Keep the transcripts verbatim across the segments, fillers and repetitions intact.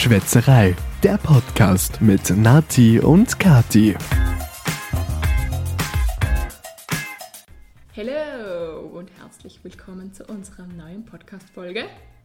Schwätzerei, der Podcast mit Nati und Kati. Hallo und herzlich willkommen zu unserer neuen Podcast-Folge.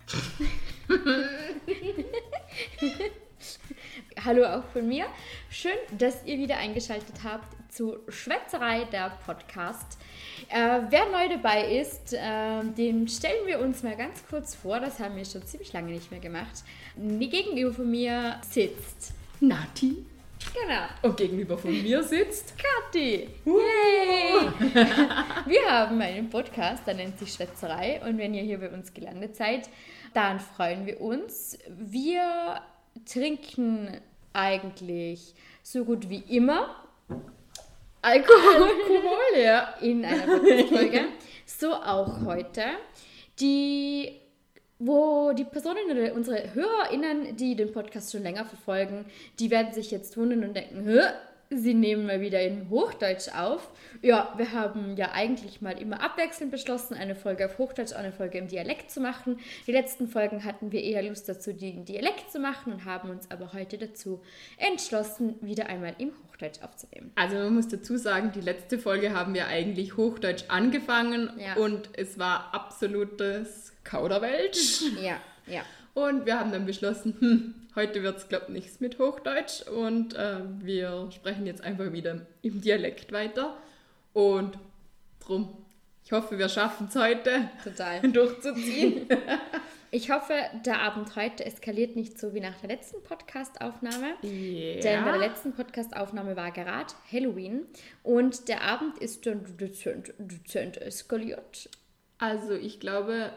Hallo auch von mir. Schön, dass ihr wieder eingeschaltet habt zu Schwätzerei, der Podcast. Äh, wer neu dabei ist, äh, den stellen wir uns mal ganz kurz vor. Das haben wir schon ziemlich lange nicht mehr gemacht. Gegenüber von mir sitzt Nati. Genau. Und gegenüber von mir sitzt Kati. Yay! Wir haben einen Podcast, der nennt sich Schwätzerei. Und wenn ihr hier bei uns gelandet seid, dann freuen wir uns. Wir trinken eigentlich so gut wie immer Alkohol, Alkohol ja. in einer Podcast-Folge. So auch heute. Die, wo die Personen oder unsere HörerInnen, die den Podcast schon länger verfolgen, die werden sich jetzt wundern und denken, hä? Sie nehmen mal wieder in Hochdeutsch auf. Ja, wir haben ja eigentlich mal immer abwechselnd beschlossen, eine Folge auf Hochdeutsch, eine Folge im Dialekt zu machen. Die letzten Folgen hatten wir eher Lust dazu, den Dialekt zu machen und haben uns aber heute dazu entschlossen, wieder einmal im Hochdeutsch aufzunehmen. Also man muss dazu sagen, die letzte Folge haben wir eigentlich Hochdeutsch angefangen Ja. und es war absolutes Kauderwelsch. Ja, ja. Und wir haben dann beschlossen, hm, heute wird es, glaube ich, nichts mit Hochdeutsch und äh, wir sprechen jetzt einfach wieder im Dialekt weiter. Und drum, ich hoffe, wir schaffen es heute Total. durchzuziehen. Ich hoffe, der Abend heute eskaliert nicht so wie nach der letzten Podcast-Aufnahme. Yeah. Denn bei der letzten Podcast-Aufnahme war gerade Halloween und der Abend ist dann dezent, dezent eskaliert. Also ich glaube,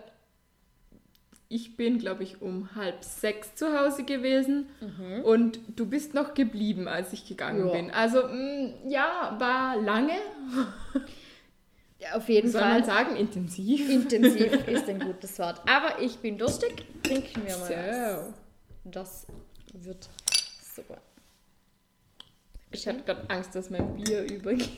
ich bin, glaube ich, um halb sechs zu Hause gewesen mhm. und du bist noch geblieben, als ich gegangen Ja. bin. Also mh, ja, war lange. Ja, auf jeden Soll Fall. man sagen, intensiv. Intensiv ist ein gutes Wort. Aber ich bin durstig. Trinken wir mal So. was. Das wird super. Ich hatte gerade Angst, dass mein Bier übergeht.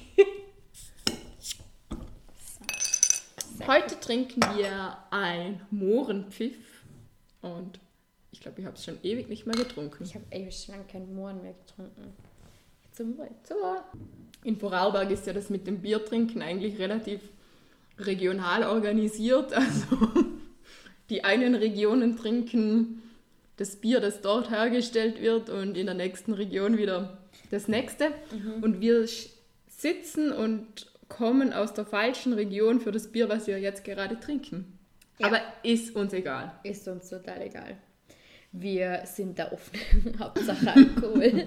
Heute trinken wir ein Mohrenpfiff und ich glaube, ich habe es schon ewig nicht mehr getrunken. Ich habe ewig schon lange keinen Mohn mehr getrunken. Zum Wohl. So. In Vorarlberg ist ja das mit dem Biertrinken eigentlich relativ regional organisiert. Also die einen Regionen trinken das Bier, das dort hergestellt wird und in der nächsten Region wieder das nächste. Mhm. Und wir sitzen und kommen aus der falschen Region für das Bier, was wir jetzt gerade trinken. Ja. Aber ist uns egal. Ist uns total egal. Wir sind da offen. Hauptsache Alkohol.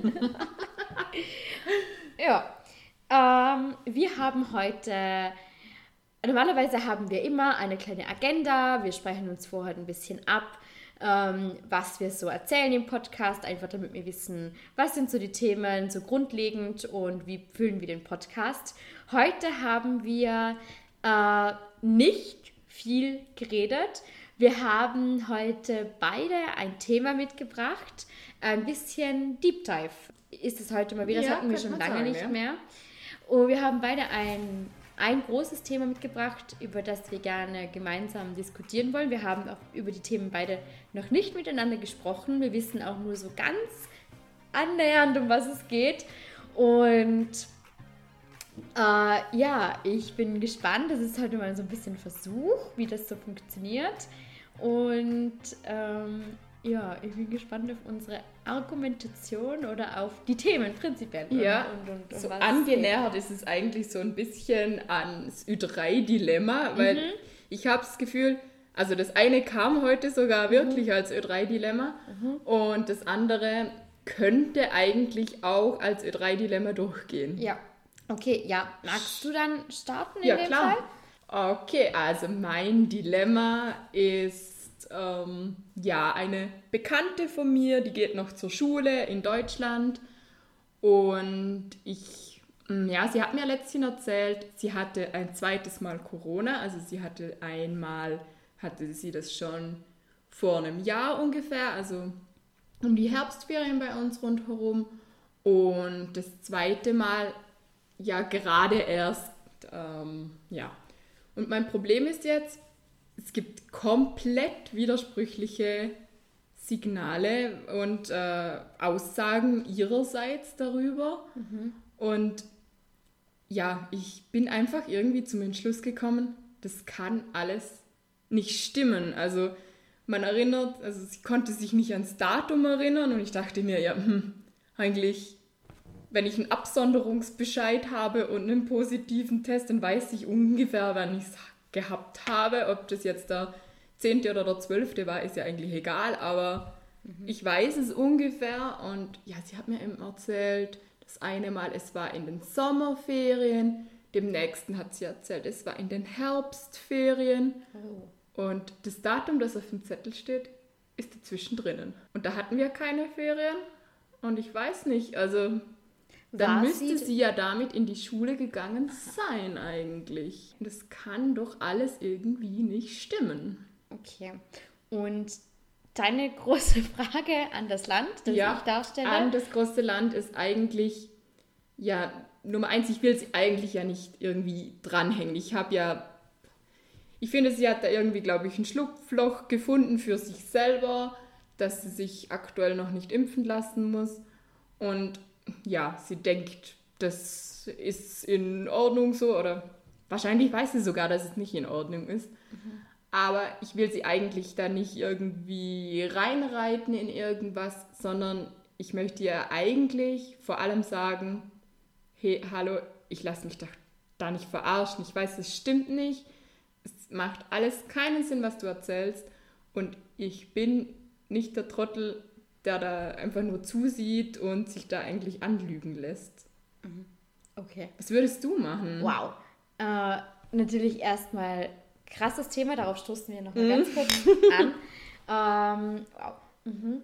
Ja. Ähm, wir haben heute... Normalerweise haben wir immer eine kleine Agenda. Wir sprechen uns vorher ein bisschen ab, ähm, was wir so erzählen im Podcast, einfach damit wir wissen, was sind so die Themen so grundlegend und wie füllen wir den Podcast. Heute haben wir äh, nicht viel geredet. Wir haben heute beide ein Thema mitgebracht, ein bisschen Deep Dive ist es heute mal wieder, das ja, hatten wir schon lange sagen, nicht ja. mehr. Und wir haben beide ein ein großes Thema mitgebracht, über das wir gerne gemeinsam diskutieren wollen. Wir haben auch über die Themen beide noch nicht miteinander gesprochen. Wir wissen auch nur so ganz annähernd, um was es geht. Und äh, ja, ich bin gespannt. Das ist heute mal so ein bisschen ein Versuch, wie das so funktioniert. Und ähm, ja, ich bin gespannt auf unsere Argumentation oder auf die Themen prinzipiell. Ja, und, und, und so was angenähert ist es eigentlich so ein bisschen ans Ü drei Dilemma, weil Mhm. ich habe das Gefühl, also das eine kam heute sogar wirklich als Ü drei Dilemma und das andere könnte eigentlich auch als Ü drei Dilemma durchgehen. Ja, okay, ja. Magst du dann starten in Ja, dem klar. Fall? Okay, also mein Dilemma ist ähm, ja eine Bekannte von mir, die geht noch zur Schule in Deutschland und ich, ja, sie hat mir letztens erzählt, sie hatte ein zweites Mal Corona, also sie hatte einmal, hatte sie das schon vor einem Jahr ungefähr, also um die Herbstferien bei uns rundherum und das zweite Mal ja gerade erst, ähm, ja. Und mein Problem ist jetzt, es gibt komplett widersprüchliche Signale und äh, Aussagen ihrerseits darüber. Mhm. Und ja, ich bin einfach irgendwie zum Entschluss gekommen, das kann alles nicht stimmen. Also man erinnert, also sie konnte sich nicht ans Datum erinnern und ich dachte mir, ja, hm, eigentlich, wenn ich einen Absonderungsbescheid habe und einen positiven Test, dann weiß ich ungefähr, wann ich es gehabt habe. Ob das jetzt der zehnte oder der zwölfte war, ist ja eigentlich egal, aber mhm. ich weiß es ungefähr und ja, sie hat mir eben erzählt, das eine Mal, es war in den Sommerferien, dem nächsten hat sie erzählt, es war in den Herbstferien oh. und das Datum, das auf dem Zettel steht, ist dazwischen drinnen. Und da hatten wir keine Ferien und ich weiß nicht, also dann war müsste sie, sie ja damit in die Schule gegangen sein eigentlich. Das kann doch alles irgendwie nicht stimmen. Okay, und deine große Frage an das Land, das ja, ich darstelle? An das große Land ist eigentlich, ja, Nummer eins, ich will sie eigentlich ja nicht irgendwie dranhängen. Ich habe ja, ich finde, sie hat da irgendwie, glaube ich, ein Schlupfloch gefunden für sich selber, dass sie sich aktuell noch nicht impfen lassen muss. Und ja, sie denkt, das ist in Ordnung so, oder wahrscheinlich weiß sie sogar, dass es nicht in Ordnung ist. Mhm. Aber ich will sie eigentlich da nicht irgendwie reinreiten in irgendwas, sondern ich möchte ihr eigentlich vor allem sagen, hey, hallo, ich lasse mich da, da nicht verarschen. Ich weiß, es stimmt nicht. Es macht alles keinen Sinn, was du erzählst. Und ich bin nicht der Trottel, der da einfach nur zusieht und sich da eigentlich anlügen lässt. Okay. Was würdest du machen? Wow. Äh, natürlich erstmal krasses Thema, darauf stoßen wir noch mal mm. ganz kurz an. Ähm, wow. Mhm.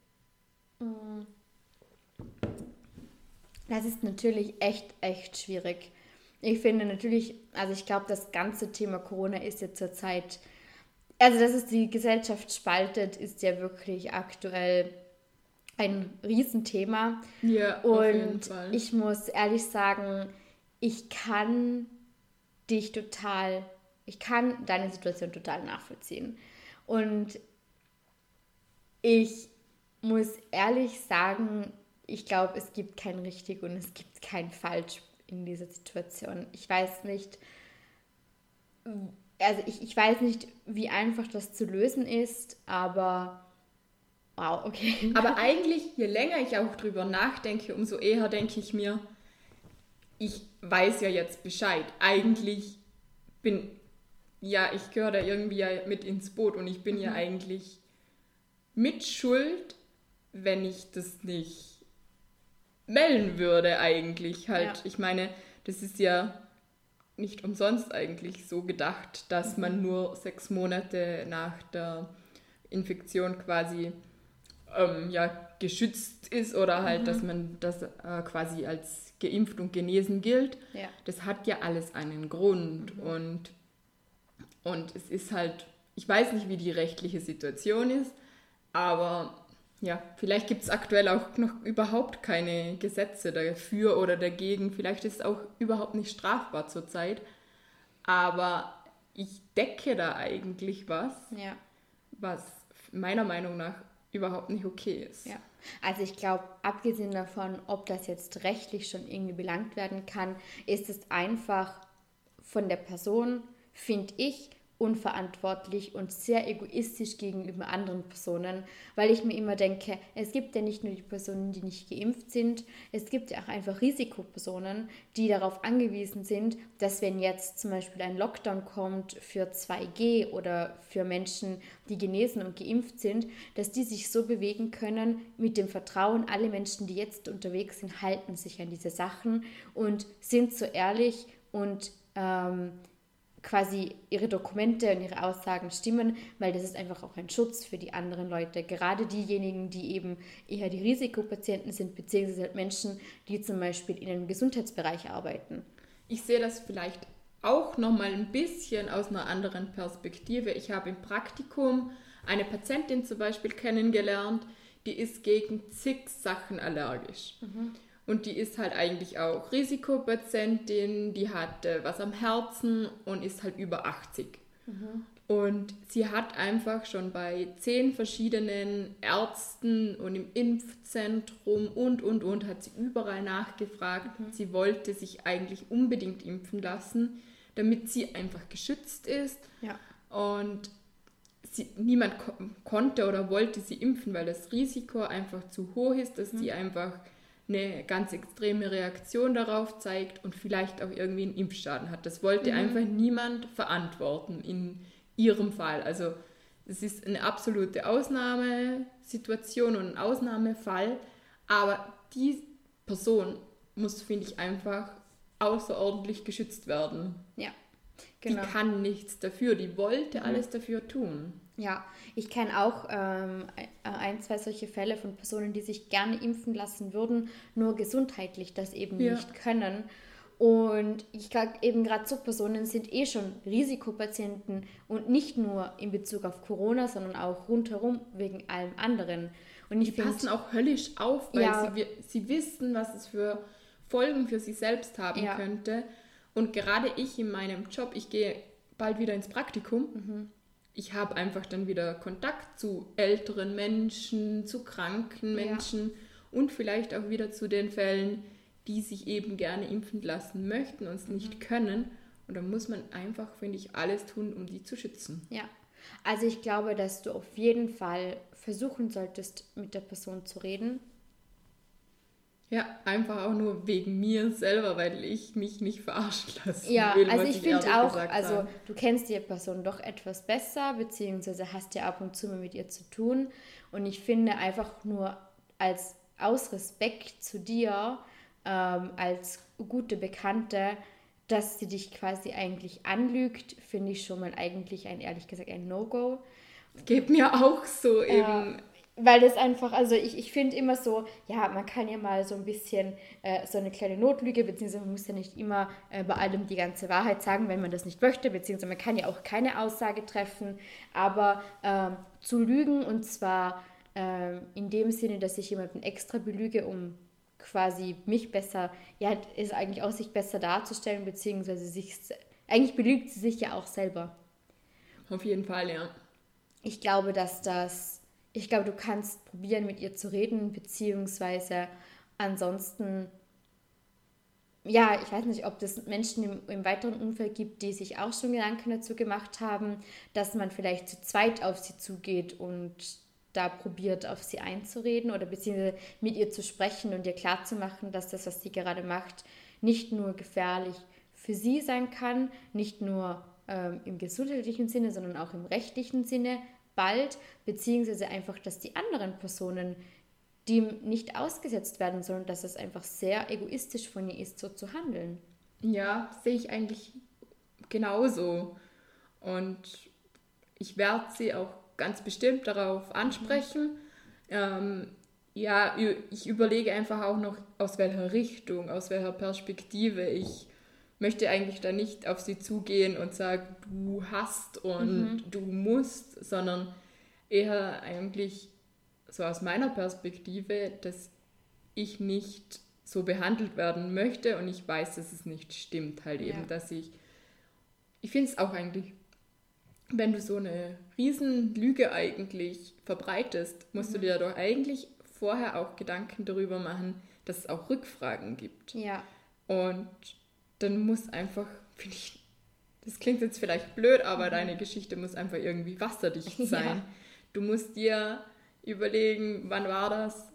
Das ist natürlich echt, echt schwierig. Ich finde natürlich, also ich glaube, das ganze Thema Corona ist ja zurzeit, also dass es die Gesellschaft spaltet, ist ja wirklich aktuell ein Riesenthema. Ja, und auf jeden Fall. Ich muss ehrlich sagen, ich kann dich total, ich kann deine Situation total nachvollziehen. Und ich muss ehrlich sagen, ich glaube, es gibt kein richtig und es gibt kein falsch in dieser Situation. Ich weiß nicht, also ich, ich weiß nicht, wie einfach das zu lösen ist, aber wow, okay. Aber eigentlich, je länger ich auch drüber nachdenke, umso eher denke ich mir, ich weiß ja jetzt Bescheid. Eigentlich bin, ja, ich gehöre da irgendwie ja mit ins Boot und ich bin mhm. ja eigentlich mit Schuld, wenn ich das nicht melden würde eigentlich halt. Ja. Ich meine, das ist ja nicht umsonst eigentlich so gedacht, dass mhm. man nur sechs Monate nach der Infektion quasi ähm, ja, geschützt ist oder halt, mhm. dass man das äh, quasi als geimpft und genesen gilt. Ja. Das hat ja alles einen Grund mhm. und, und es ist halt, ich weiß nicht, wie die rechtliche Situation ist, aber ja, vielleicht gibt es aktuell auch noch überhaupt keine Gesetze dafür oder dagegen. Vielleicht ist es auch überhaupt nicht strafbar zurzeit. Aber ich decke da eigentlich was, ja. was meiner Meinung nach überhaupt nicht okay ist. Ja. Also ich glaube, abgesehen davon, ob das jetzt rechtlich schon irgendwie belangt werden kann, ist es einfach von der Person, finde ich, unverantwortlich und sehr egoistisch gegenüber anderen Personen, weil ich mir immer denke, es gibt ja nicht nur die Personen, die nicht geimpft sind, es gibt ja auch einfach Risikopersonen, die darauf angewiesen sind, dass wenn jetzt zum Beispiel ein Lockdown kommt für zwei G oder für Menschen, die genesen und geimpft sind, dass die sich so bewegen können mit dem Vertrauen, alle Menschen, die jetzt unterwegs sind, halten sich an diese Sachen und sind so ehrlich und ähm, quasi ihre Dokumente und ihre Aussagen stimmen, weil das ist einfach auch ein Schutz für die anderen Leute. Gerade diejenigen, die eben eher die Risikopatienten sind, beziehungsweise Menschen, die zum Beispiel in einem Gesundheitsbereich arbeiten. Ich sehe das vielleicht auch nochmal ein bisschen aus einer anderen Perspektive. Ich habe im Praktikum eine Patientin zum Beispiel kennengelernt, die ist gegen zig Sachen allergisch. Mhm. Und die ist halt eigentlich auch Risikopatientin, die hat äh, was am Herzen und ist halt über achtzig. Mhm. Und sie hat einfach schon bei zehn verschiedenen Ärzten und im Impfzentrum und, und, und, hat sie überall nachgefragt. Mhm. Sie wollte sich eigentlich unbedingt impfen lassen, damit sie einfach geschützt ist. Ja. Und sie, niemand ko- konnte oder wollte sie impfen, weil das Risiko einfach zu hoch ist, dass mhm. sie einfach eine ganz extreme Reaktion darauf zeigt und vielleicht auch irgendwie einen Impfschaden hat. Das wollte mhm. einfach niemand verantworten in ihrem Fall. Also es ist eine absolute Ausnahmesituation und ein Ausnahmefall, aber die Person muss, finde ich, einfach außerordentlich geschützt werden. Ja, genau. Die kann nichts dafür, die wollte mhm. alles dafür tun. Ja, ich kenne auch ähm, ein, zwei solche Fälle von Personen, die sich gerne impfen lassen würden, nur gesundheitlich das eben ja. nicht können. Und ich glaube, eben gerade so Personen sind eh schon Risikopatienten und nicht nur in Bezug auf Corona, sondern auch rundherum wegen allem anderen. Und ich die find, passen auch höllisch auf, weil ja, sie, sie wissen, was es für Folgen für sie selbst haben ja. könnte. Und gerade ich in meinem Job, ich gehe bald wieder ins Praktikum, mhm. ich habe einfach dann wieder Kontakt zu älteren Menschen, zu kranken Menschen ja. und vielleicht auch wieder zu den Fällen, die sich eben gerne impfen lassen möchten und es mhm. nicht können. Und da muss man einfach, finde ich, alles tun, um die zu schützen. Ja, also ich glaube, dass du auf jeden Fall versuchen solltest, mit der Person zu reden. Ja, einfach auch nur wegen mir selber, weil ich mich nicht verarschen lassen ja, will. Ja, also ich, ich finde auch, also habe. Du kennst die Person doch etwas besser, beziehungsweise hast ja ab und zu mal mit ihr zu tun. Und ich finde einfach nur als aus Respekt zu dir, ähm, als gute Bekannte, dass sie dich quasi eigentlich anlügt, finde ich schon mal eigentlich ein, ehrlich gesagt, ein No-Go. Geht mir auch so äh, eben. Weil das einfach, also ich, ich finde immer so, ja, man kann ja mal so ein bisschen äh, so eine kleine Notlüge, beziehungsweise man muss ja nicht immer äh, bei allem die ganze Wahrheit sagen, wenn man das nicht möchte, beziehungsweise man kann ja auch keine Aussage treffen, aber ähm, zu lügen, und zwar ähm, in dem Sinne, dass ich jemanden extra belüge, um quasi mich besser, ja, ist eigentlich auch sich besser darzustellen, beziehungsweise sich, eigentlich belügt sie sich ja auch selber. Auf jeden Fall, ja. Ich glaube, dass das Ich glaube, du kannst probieren, mit ihr zu reden, beziehungsweise ansonsten, ja, ich weiß nicht, ob es Menschen im, im weiteren Umfeld gibt, die sich auch schon Gedanken dazu gemacht haben, dass man vielleicht zu zweit auf sie zugeht und da probiert, auf sie einzureden oder beziehungsweise mit ihr zu sprechen und ihr klarzumachen, dass das, was sie gerade macht, nicht nur gefährlich für sie sein kann, nicht nur ähm, im gesundheitlichen Sinne, sondern auch im rechtlichen Sinne, bald, beziehungsweise einfach, dass die anderen Personen dem nicht ausgesetzt werden, sondern dass es einfach sehr egoistisch von ihr ist, so zu handeln. Ja, sehe ich eigentlich genauso. Und ich werde sie auch ganz bestimmt darauf ansprechen. Mhm. Ähm, ja, ich überlege einfach auch noch, aus welcher Richtung, aus welcher Perspektive. Ich möchte eigentlich da nicht auf sie zugehen und sagen, du hast und mhm. du musst, sondern eher eigentlich so aus meiner Perspektive, dass ich nicht so behandelt werden möchte und ich weiß, dass es nicht stimmt, halt eben, ja. dass ich, ich finde es auch eigentlich, wenn du so eine Riesenlüge eigentlich verbreitest, musst mhm. du dir doch eigentlich vorher auch Gedanken darüber machen, dass es auch Rückfragen gibt. Ja. Und dann muss einfach, finde ich, das klingt jetzt vielleicht blöd, aber mhm. deine Geschichte muss einfach irgendwie wasserdicht sein. Ja. Du musst dir überlegen, wann war das?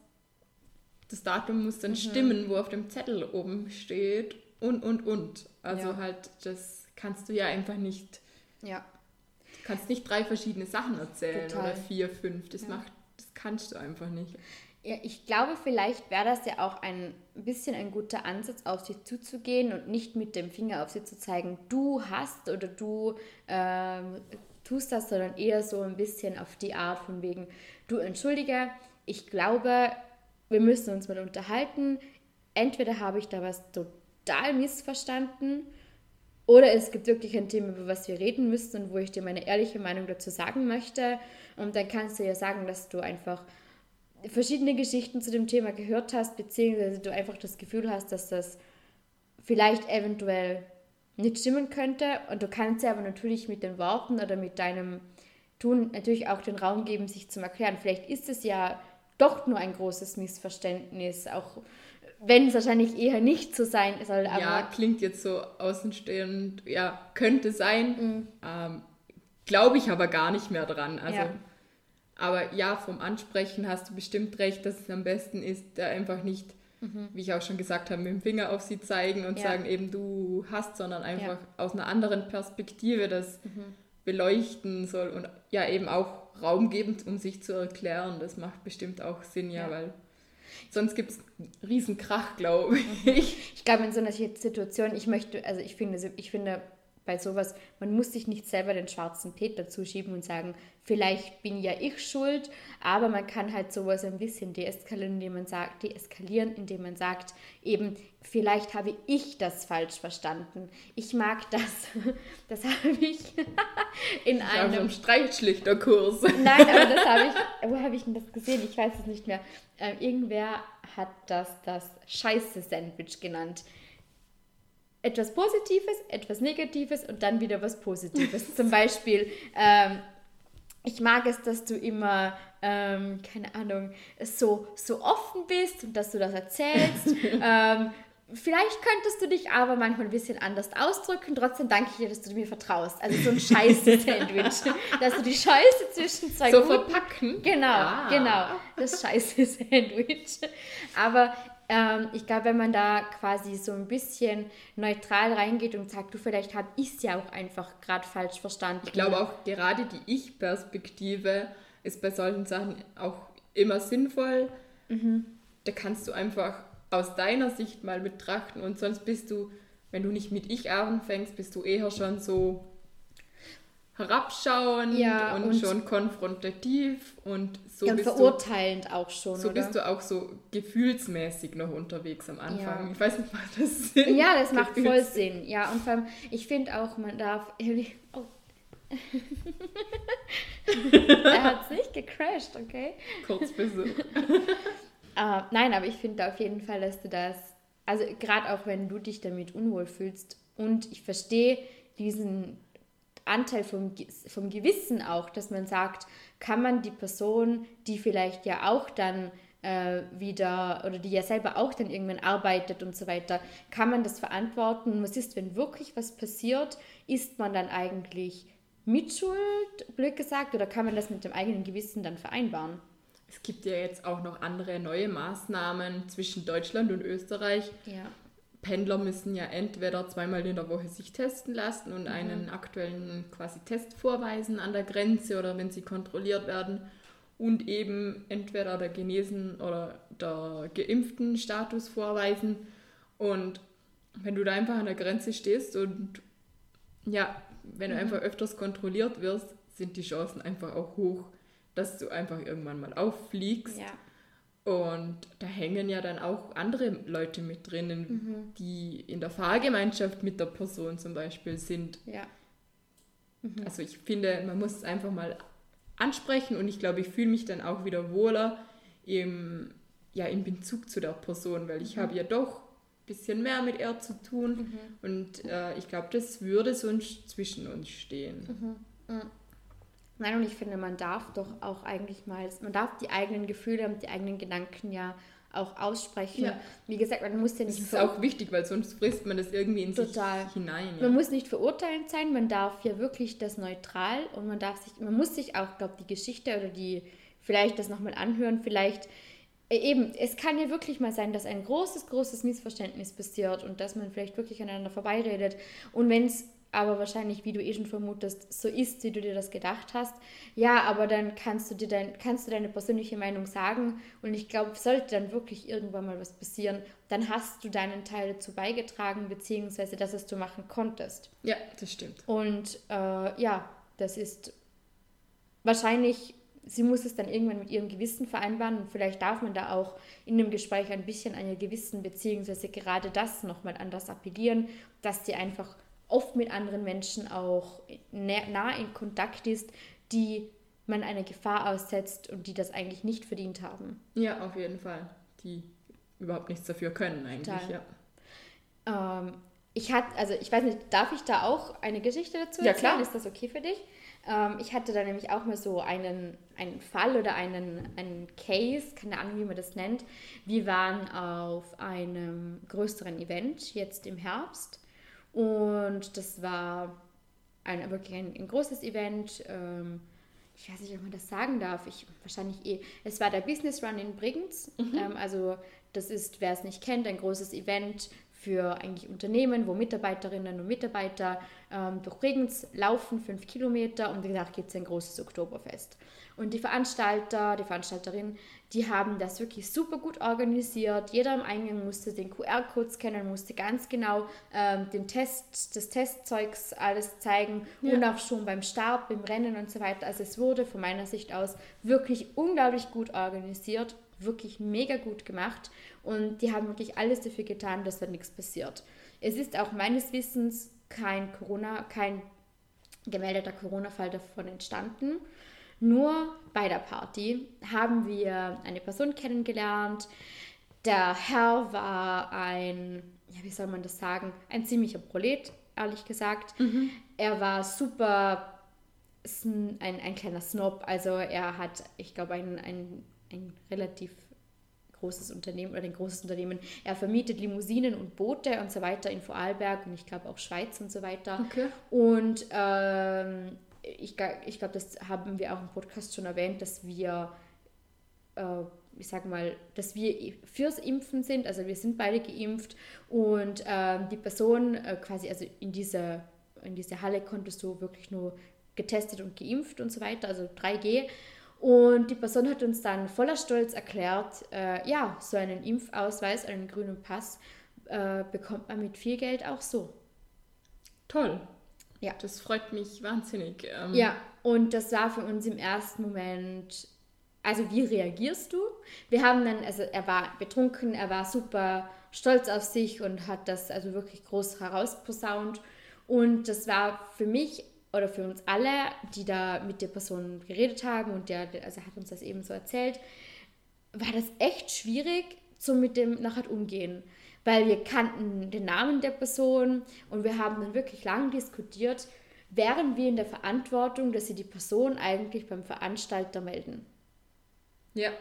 Das Datum muss dann mhm. stimmen, wo auf dem Zettel oben steht und, und, und. Also ja. halt, das kannst du ja einfach nicht, ja. du kannst nicht drei verschiedene Sachen erzählen Total. Oder vier, fünf. Das ja. macht, das kannst du einfach nicht. Ja, ich glaube, vielleicht wäre das ja auch ein bisschen ein guter Ansatz, auf sie zuzugehen und nicht mit dem Finger auf sie zu zeigen, du hast oder du ähm, tust das, sondern eher so ein bisschen auf die Art von wegen, du entschuldige, ich glaube, wir müssen uns mal unterhalten, entweder habe ich da was total missverstanden oder es gibt wirklich ein Thema, über was wir reden müssen und wo ich dir meine ehrliche Meinung dazu sagen möchte, und dann kannst du ja sagen, dass du einfach verschiedene Geschichten zu dem Thema gehört hast, beziehungsweise du einfach das Gefühl hast, dass das vielleicht eventuell nicht stimmen könnte. Und du kannst ja aber natürlich mit den Worten oder mit deinem Tun natürlich auch den Raum geben, sich zu erklären. Vielleicht ist es ja doch nur ein großes Missverständnis, auch wenn es wahrscheinlich eher nicht so sein soll. Aber ja, klingt jetzt so außenstehend, ja, könnte sein. Mhm. Ähm, Glaube ich aber gar nicht mehr dran. Also, ja. Aber ja, vom Ansprechen hast du bestimmt recht, dass es am besten ist, da einfach nicht, mhm. wie ich auch schon gesagt habe, mit dem Finger auf sie zeigen und ja. sagen eben, du hast, sondern einfach ja. aus einer anderen Perspektive das mhm. beleuchten soll und ja eben auch Raum geben, um sich zu erklären. Das macht bestimmt auch Sinn, ja, ja. weil sonst gibt es einen riesen Krach, glaube ich. Ich glaube, in so einer Situation, ich möchte, also ich finde, ich finde bei sowas, man muss sich nicht selber den schwarzen Peter zuschieben und sagen, vielleicht bin ja ich schuld, aber man kann halt sowas ein bisschen deeskalieren, indem man sagt, deeskalieren, indem man sagt, eben, vielleicht habe ich das falsch verstanden. Ich mag das. Das habe ich in das einem... einem Streitschlichterkurs. Nein, aber das habe ich... Wo habe ich denn das gesehen? Ich weiß es nicht mehr. Ähm, irgendwer hat das das Scheiße-Sandwich genannt. Etwas Positives, etwas Negatives und dann wieder was Positives. Zum Beispiel, ähm, ich mag es, dass du immer, ähm, keine Ahnung, so, so offen bist und dass du das erzählst. ähm, vielleicht könntest du dich aber manchmal ein bisschen anders ausdrücken. Trotzdem danke ich dir, dass du mir vertraust. Also so ein Scheiße-Sandwich. Dass du die Scheiße zwischen zwei so guten... verpacken? Genau, ah. genau. Das Scheiße-Sandwich. Aber... ich glaube, wenn man da quasi so ein bisschen neutral reingeht und sagt, du, vielleicht habe ich es ja auch einfach gerade falsch verstanden. Ich glaube auch, gerade die Ich-Perspektive ist bei solchen Sachen auch immer sinnvoll. Mhm. Da kannst du einfach aus deiner Sicht mal betrachten und sonst bist du, wenn du nicht mit Ich anfängst, bist du eher schon so herabschauend ja, und, und schon konfrontativ und so ja, und bist verurteilend du, auch schon, so oder? bist du auch so gefühlsmäßig noch unterwegs am Anfang. Ja. Ich weiß nicht, macht das Sinn? Ja, das macht voll Sinn. Ja, und vor allem, ich finde auch, man darf... Oh. Er hat es nicht gecrashed, okay? Kurzbesuch. uh, nein, aber ich finde auf jeden Fall, dass du das... Also gerade auch, wenn du dich damit unwohl fühlst und ich verstehe diesen... Anteil vom, vom Gewissen auch, dass man sagt, kann man die Person, die vielleicht ja auch dann äh, wieder, oder die ja selber auch dann irgendwann arbeitet und so weiter, kann man das verantworten? Was ist, wenn wirklich was passiert? Ist man dann eigentlich mitschuld, blöd gesagt, oder kann man das mit dem eigenen Gewissen dann vereinbaren? Es gibt ja jetzt auch noch andere neue Maßnahmen zwischen Deutschland und Österreich. Ja. Pendler müssen ja entweder zweimal in der Woche sich testen lassen und mhm. einen aktuellen quasi Test vorweisen an der Grenze oder wenn sie kontrolliert werden und eben entweder der genesen oder der geimpften Status vorweisen. Und wenn du da einfach an der Grenze stehst und ja, wenn du mhm. einfach öfters kontrolliert wirst, sind die Chancen einfach auch hoch, dass du einfach irgendwann mal auffliegst. Ja. Und da hängen ja dann auch andere Leute mit drinnen, mhm. die in der Fahrgemeinschaft mit der Person zum Beispiel sind. Ja. Mhm. Also ich finde, man muss es einfach mal ansprechen und ich glaube, ich fühle mich dann auch wieder wohler im, ja, im Bezug zu der Person, weil ich mhm. habe ja doch ein bisschen mehr mit ihr zu tun mhm. und äh, ich glaube, das würde sonst zwischen uns stehen. Mhm. Mhm. Nein, und ich finde, man darf doch auch eigentlich mal, man darf die eigenen Gefühle und die eigenen Gedanken ja auch aussprechen. Ja. Wie gesagt, man muss ja nicht... Das ist auch wichtig, weil sonst frisst man das irgendwie in Total. sich hinein. Ja. Man muss nicht verurteilend sein, man darf ja wirklich das neutral und man darf sich, man muss sich auch, glaube ich, die Geschichte oder die, vielleicht das nochmal anhören, vielleicht eben, es kann ja wirklich mal sein, dass ein großes, großes Missverständnis passiert und dass man vielleicht wirklich aneinander vorbeiredet und wenn es aber wahrscheinlich, wie du eh schon vermutest, so ist, wie du dir das gedacht hast. Ja, aber dann kannst du dir dein, kannst du deine persönliche Meinung sagen und ich glaube, sollte dann wirklich irgendwann mal was passieren, dann hast du deinen Teil dazu beigetragen, beziehungsweise das, was du machen konntest. Ja, das stimmt. Und äh, ja, das ist wahrscheinlich, sie muss es dann irgendwann mit ihrem Gewissen vereinbaren und vielleicht darf man da auch in dem Gespräch ein bisschen an ihr Gewissen, beziehungsweise gerade das nochmal anders appellieren, dass sie einfach oft mit anderen Menschen auch nah in Kontakt ist, die man einer Gefahr aussetzt und die das eigentlich nicht verdient haben. Ja, auf jeden Fall. Die überhaupt nichts dafür können eigentlich, Total. ja. Ähm, ich hatte, also ich weiß nicht, darf ich da auch eine Geschichte dazu Ja, erzählen? klar. Ist das okay für dich? Ähm, ich hatte da nämlich auch mal so einen, einen Fall oder einen, einen Case, keine Ahnung, wie man das nennt. Wir waren auf einem größeren Event jetzt im Herbst und das war ein, wirklich ein, ein großes Event. Ähm, ich weiß nicht, ob man das sagen darf. Ich wahrscheinlich eh. Es war der Business Run in Bregenz. Mhm. Ähm, also das ist, wer es nicht kennt, ein großes Event für eigentlich Unternehmen, wo Mitarbeiterinnen und Mitarbeiter ähm, durch Bregenz laufen, fünf Kilometer, und wie gesagt, gibt es ein großes Oktoberfest. Und die Veranstalter, die Veranstalterin, die haben das wirklich super gut organisiert. Jeder am Eingang musste den Q R-Code scannen, musste ganz genau ähm, den Test, das Testzeugs alles zeigen, ja. Und auch schon beim Start, beim Rennen und so weiter. Also es wurde von meiner Sicht aus wirklich unglaublich gut organisiert, wirklich mega gut gemacht, und die haben wirklich alles dafür getan, dass da nichts passiert. Es ist auch meines Wissens kein Corona, kein gemeldeter Corona-Fall davon entstanden. Nur bei der Party haben wir eine Person kennengelernt. Der Herr war ein, ja, wie soll man das sagen, ein ziemlicher Prolet, ehrlich gesagt. Mhm. Er war super, ein, ein kleiner Snob, also er hat, ich glaube, ein, ein, ein relativ großes Unternehmen oder ein großes Unternehmen. Er vermietet Limousinen und Boote und so weiter in Vorarlberg und ich glaube auch Schweiz und so weiter. Okay. Und ähm, ich, ich glaube, das haben wir auch im Podcast schon erwähnt, dass wir, äh, ich sage mal, dass wir fürs Impfen sind. Also wir sind beide geimpft und äh, die Person äh, quasi, also in diese, in diese Halle konntest du wirklich nur getestet und geimpft und so weiter, also drei G. Und die Person hat uns dann voller Stolz erklärt, äh, ja, so einen Impfausweis, einen grünen Pass, äh, bekommt man mit viel Geld auch so. Toll. Ja. Das freut mich wahnsinnig. Ähm ja, und das war für uns im ersten Moment, also wie reagierst du? Wir haben dann, also er war betrunken, er war super stolz auf sich und hat das also wirklich groß herausposaunt. Und das war für mich oder für uns alle, die da mit der Person geredet haben und der, also hat uns das eben so erzählt, war das echt schwierig, so mit dem nachher umgehen. Weil wir kannten den Namen der Person und wir haben dann wirklich lange diskutiert, wären wir in der Verantwortung, dass sie die Person eigentlich beim Veranstalter melden. Ja.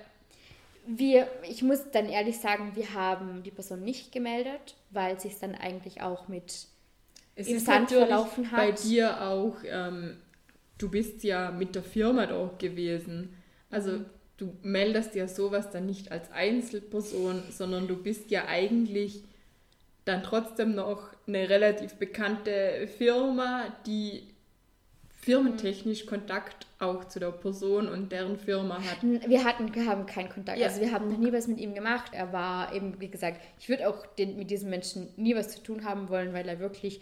Wir, ich muss dann ehrlich sagen, wir haben die Person nicht gemeldet, weil es sich dann eigentlich auch mit Es ist Sand verlaufen hat. Bei dir auch, ähm, du bist ja mit der Firma dort gewesen. Also mhm. du meldest ja sowas dann nicht als Einzelperson, sondern du bist ja eigentlich dann trotzdem noch eine relativ bekannte Firma, die firmentechnisch Kontakt auch zu der Person und deren Firma hat. Wir hatten, haben keinen Kontakt, ja. Also wir haben noch nie was mit ihm gemacht. Er war eben, wie gesagt, ich würde auch den, mit diesem Menschen nie was zu tun haben wollen, weil er wirklich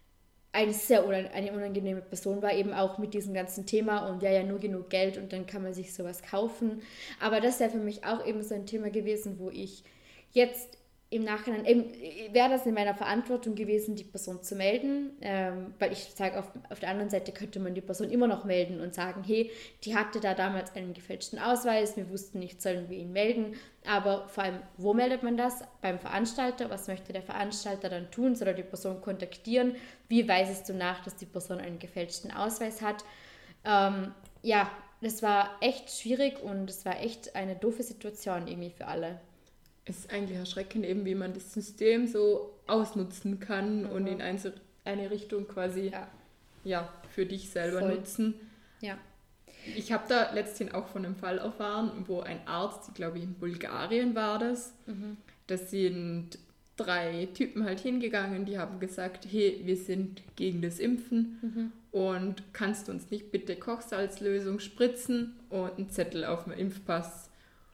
eine sehr eine unangenehme Person war, eben auch mit diesem ganzen Thema und ja, ja, nur genug Geld und dann kann man sich sowas kaufen. Aber das wäre für mich auch eben so ein Thema gewesen, wo ich jetzt im Nachhinein, eben wäre das in meiner Verantwortung gewesen, die Person zu melden, ähm, weil ich sage, auf, auf der anderen Seite könnte man die Person immer noch melden und sagen, hey, die hatte da damals einen gefälschten Ausweis, wir wussten nicht, sollen wir ihn melden, aber vor allem, wo meldet man das? Beim Veranstalter, was möchte der Veranstalter dann tun? Soll er die Person kontaktieren? Wie weisest du nach, dass die Person einen gefälschten Ausweis hat? Ähm, ja, das war echt schwierig und es war echt eine doofe Situation irgendwie für alle. Es ist eigentlich erschreckend, eben wie man das System so ausnutzen kann, mhm. und in eine, eine Richtung quasi ja. Ja, für dich selber Voll. nutzen. Ja. Ich habe da letztens auch von einem Fall erfahren, wo ein Arzt, ich glaube in Bulgarien war das, mhm. das sind drei Typen halt hingegangen, die haben gesagt, hey, wir sind gegen das Impfen mhm. und kannst du uns nicht bitte Kochsalzlösung spritzen und einen Zettel auf dem Impfpass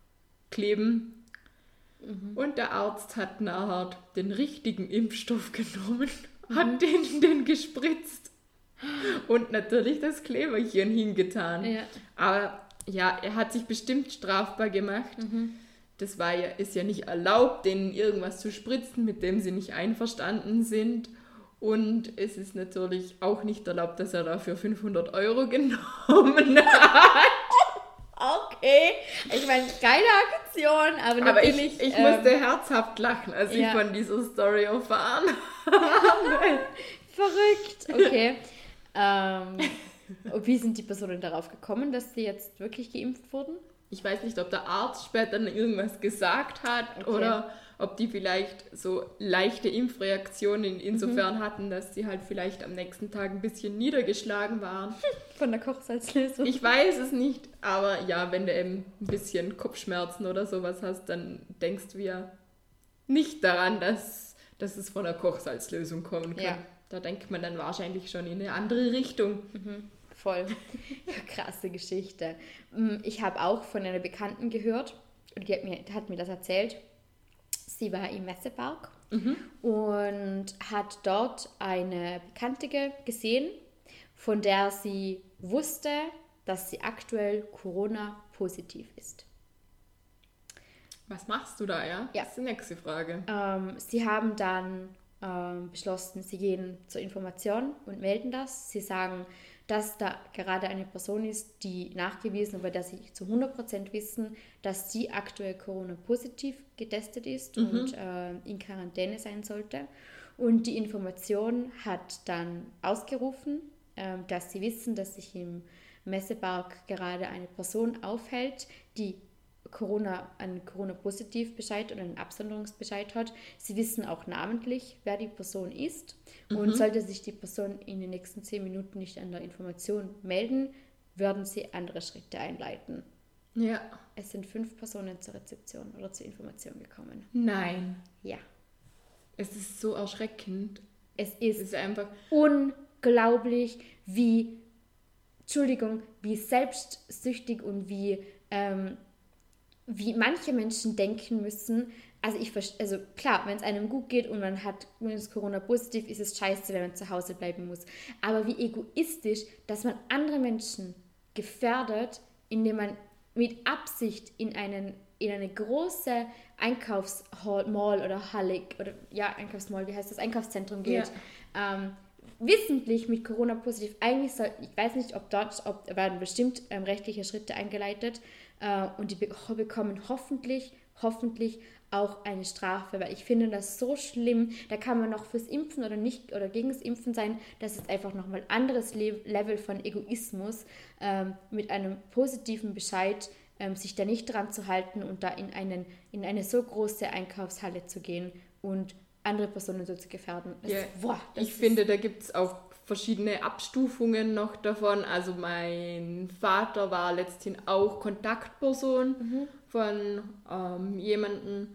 kleben. Mhm. Und der Arzt hat nachher den richtigen Impfstoff genommen, mhm. hat den, den gespritzt und natürlich das Kleberchen hingetan. Ja. Aber ja, er hat sich bestimmt strafbar gemacht. Mhm. Das war ja, ist ja nicht erlaubt, denen irgendwas zu spritzen, mit dem sie nicht einverstanden sind. Und es ist natürlich auch nicht erlaubt, dass er dafür fünfhundert Euro genommen hat. Okay. okay. Ich meine, keine Aktion, aber Aber natürlich... ich, ich ähm, musste herzhaft lachen, als ja. ich von dieser Story erfahren habe. Verrückt, okay. ähm, und wie sind die Personen darauf gekommen, dass sie jetzt wirklich geimpft wurden? Ich weiß nicht, ob der Arzt später irgendwas gesagt hat Okay. oder ob die vielleicht so leichte Impfreaktionen insofern mhm. hatten, dass sie halt vielleicht am nächsten Tag ein bisschen niedergeschlagen waren. Von der Kochsalzlösung. Ich weiß es nicht, aber ja, wenn du eben ein bisschen Kopfschmerzen oder sowas hast, dann denkst du ja nicht daran, dass, dass es von der Kochsalzlösung kommen kann. Ja. Da denkt man dann wahrscheinlich schon in eine andere Richtung. Mhm. Voll. Krasse Geschichte. Ich habe auch von einer Bekannten gehört, und die hat mir, hat mir das erzählt. Sie war im Messepark mhm. und hat dort eine Bekannte gesehen, von der sie wusste, dass sie aktuell Corona-positiv ist. Was machst du da, ja? Ja. Das ist die nächste Frage. Ähm, sie haben dann ähm, beschlossen, sie gehen zur Information und melden das. Sie sagen, dass da gerade eine Person ist, die nachgewiesen, bei der sie zu hundert Prozent wissen, dass sie aktuell Corona-positiv getestet ist mhm. und äh, in Quarantäne sein sollte. Und die Information hat dann ausgerufen, äh, dass sie wissen, dass sich im Messepark gerade eine Person aufhält, die Corona, einen Corona-Positiv-Bescheid oder einen Absonderungsbescheid hat. Sie wissen auch namentlich, wer die Person ist. Mhm. Und sollte sich die Person in den nächsten zehn Minuten nicht an der Information melden, werden sie andere Schritte einleiten. Ja. Es sind fünf Personen zur Rezeption oder zur Information gekommen. Nein. Ja. Es ist so erschreckend. Es ist, es ist einfach unglaublich, wie, Entschuldigung, wie selbstsüchtig und wie, ähm, wie manche Menschen denken müssen. Also ich also klar, wenn es einem gut geht und man hat, man ist Corona-positiv, ist es scheiße, wenn man zu Hause bleiben muss. Aber wie egoistisch, dass man andere Menschen gefährdet, indem man mit Absicht in, einen, in eine große Einkaufsmall oder Halle, oder ja, Einkaufsmall, wie heißt das, Einkaufszentrum geht, ja. ähm, wissentlich mit Corona-positiv, eigentlich soll, ich weiß nicht, ob dort, ob werden bestimmt ähm, rechtliche Schritte eingeleitet äh, und die be- bekommen hoffentlich, hoffentlich auch eine Strafe, weil ich finde das so schlimm, da kann man noch fürs Impfen oder nicht oder gegen das Impfen sein, das ist einfach nochmal ein anderes Le- Level von Egoismus, ähm, mit einem positiven Bescheid ähm, sich da nicht dran zu halten und da in, einen, in eine so große Einkaufshalle zu gehen und andere Personen so zu gefährden. Das, ja, boah, das ich finde, da gibt es auch verschiedene Abstufungen noch davon. Also mein Vater war letzthin auch Kontaktperson mhm. von ähm, jemandem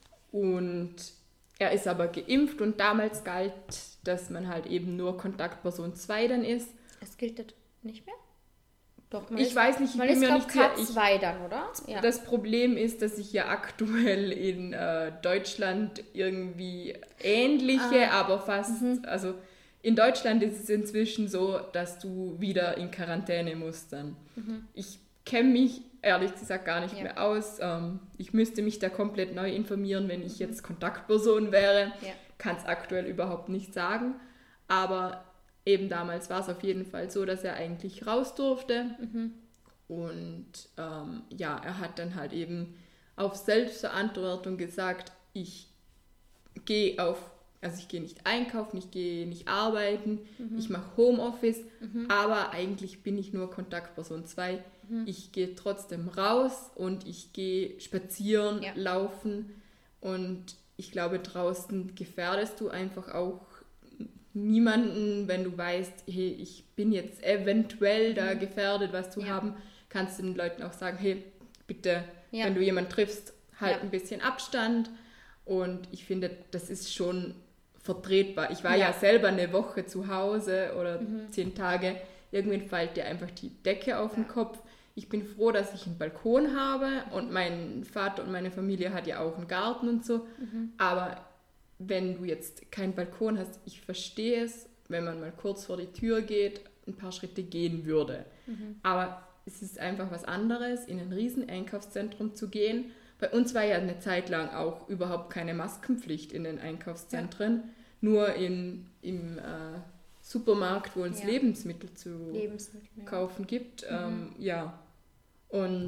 und er ist aber geimpft und damals galt, dass man halt eben nur Kontaktperson zwei dann ist. Es gilt das nicht mehr? Doch, ich ist, weiß nicht, ich bin mir nicht sicher. zwei dann, oder? Ja. Das Problem ist, dass ich ja aktuell in äh, Deutschland irgendwie ähnliche, ah. aber fast, mhm. also in Deutschland ist es inzwischen so, dass du wieder in Quarantäne musst dann. Mhm. Ich kenne mich ehrlich gesagt gar nicht ja. mehr aus. Ähm, ich müsste mich da komplett neu informieren, wenn ich mhm. jetzt Kontaktperson wäre. Ja. Kann es aktuell überhaupt nicht sagen, aber eben damals war es auf jeden Fall so, dass er eigentlich raus durfte mhm. und ähm, ja, er hat dann halt eben auf Selbstverantwortung gesagt, ich gehe auf, also ich gehe nicht einkaufen, ich gehe nicht arbeiten, mhm. ich mache Homeoffice, mhm. aber eigentlich bin ich nur Kontaktperson zwei. Mhm. Ich gehe trotzdem raus und ich gehe spazieren, ja. laufen und ich glaube, draußen gefährdest du einfach auch niemanden, wenn du weißt, hey, ich bin jetzt eventuell da gefährdet, was zu ja. haben, kannst du den Leuten auch sagen, hey, bitte, ja. wenn du jemanden triffst, halt ja. ein bisschen Abstand. Und ich finde, das ist schon vertretbar. Ich war ja, ja selber eine Woche zu Hause oder mhm. zehn Tage. Irgendwann fällt dir einfach die Decke auf ja. den Kopf. Ich bin froh, dass ich einen Balkon habe und mein Vater und meine Familie hat ja auch einen Garten und so. Mhm. Aber wenn du jetzt keinen Balkon hast, ich verstehe es, wenn man mal kurz vor die Tür geht, ein paar Schritte gehen würde. Mhm. Aber es ist einfach was anderes, in ein riesen Einkaufszentrum zu gehen. Bei uns war ja eine Zeit lang auch überhaupt keine Maskenpflicht in den Einkaufszentren, ja. nur in, im äh, Supermarkt, wo es ja. Lebensmittel zu Lebensmittel, kaufen ja. gibt. Mhm. Ähm, ja, und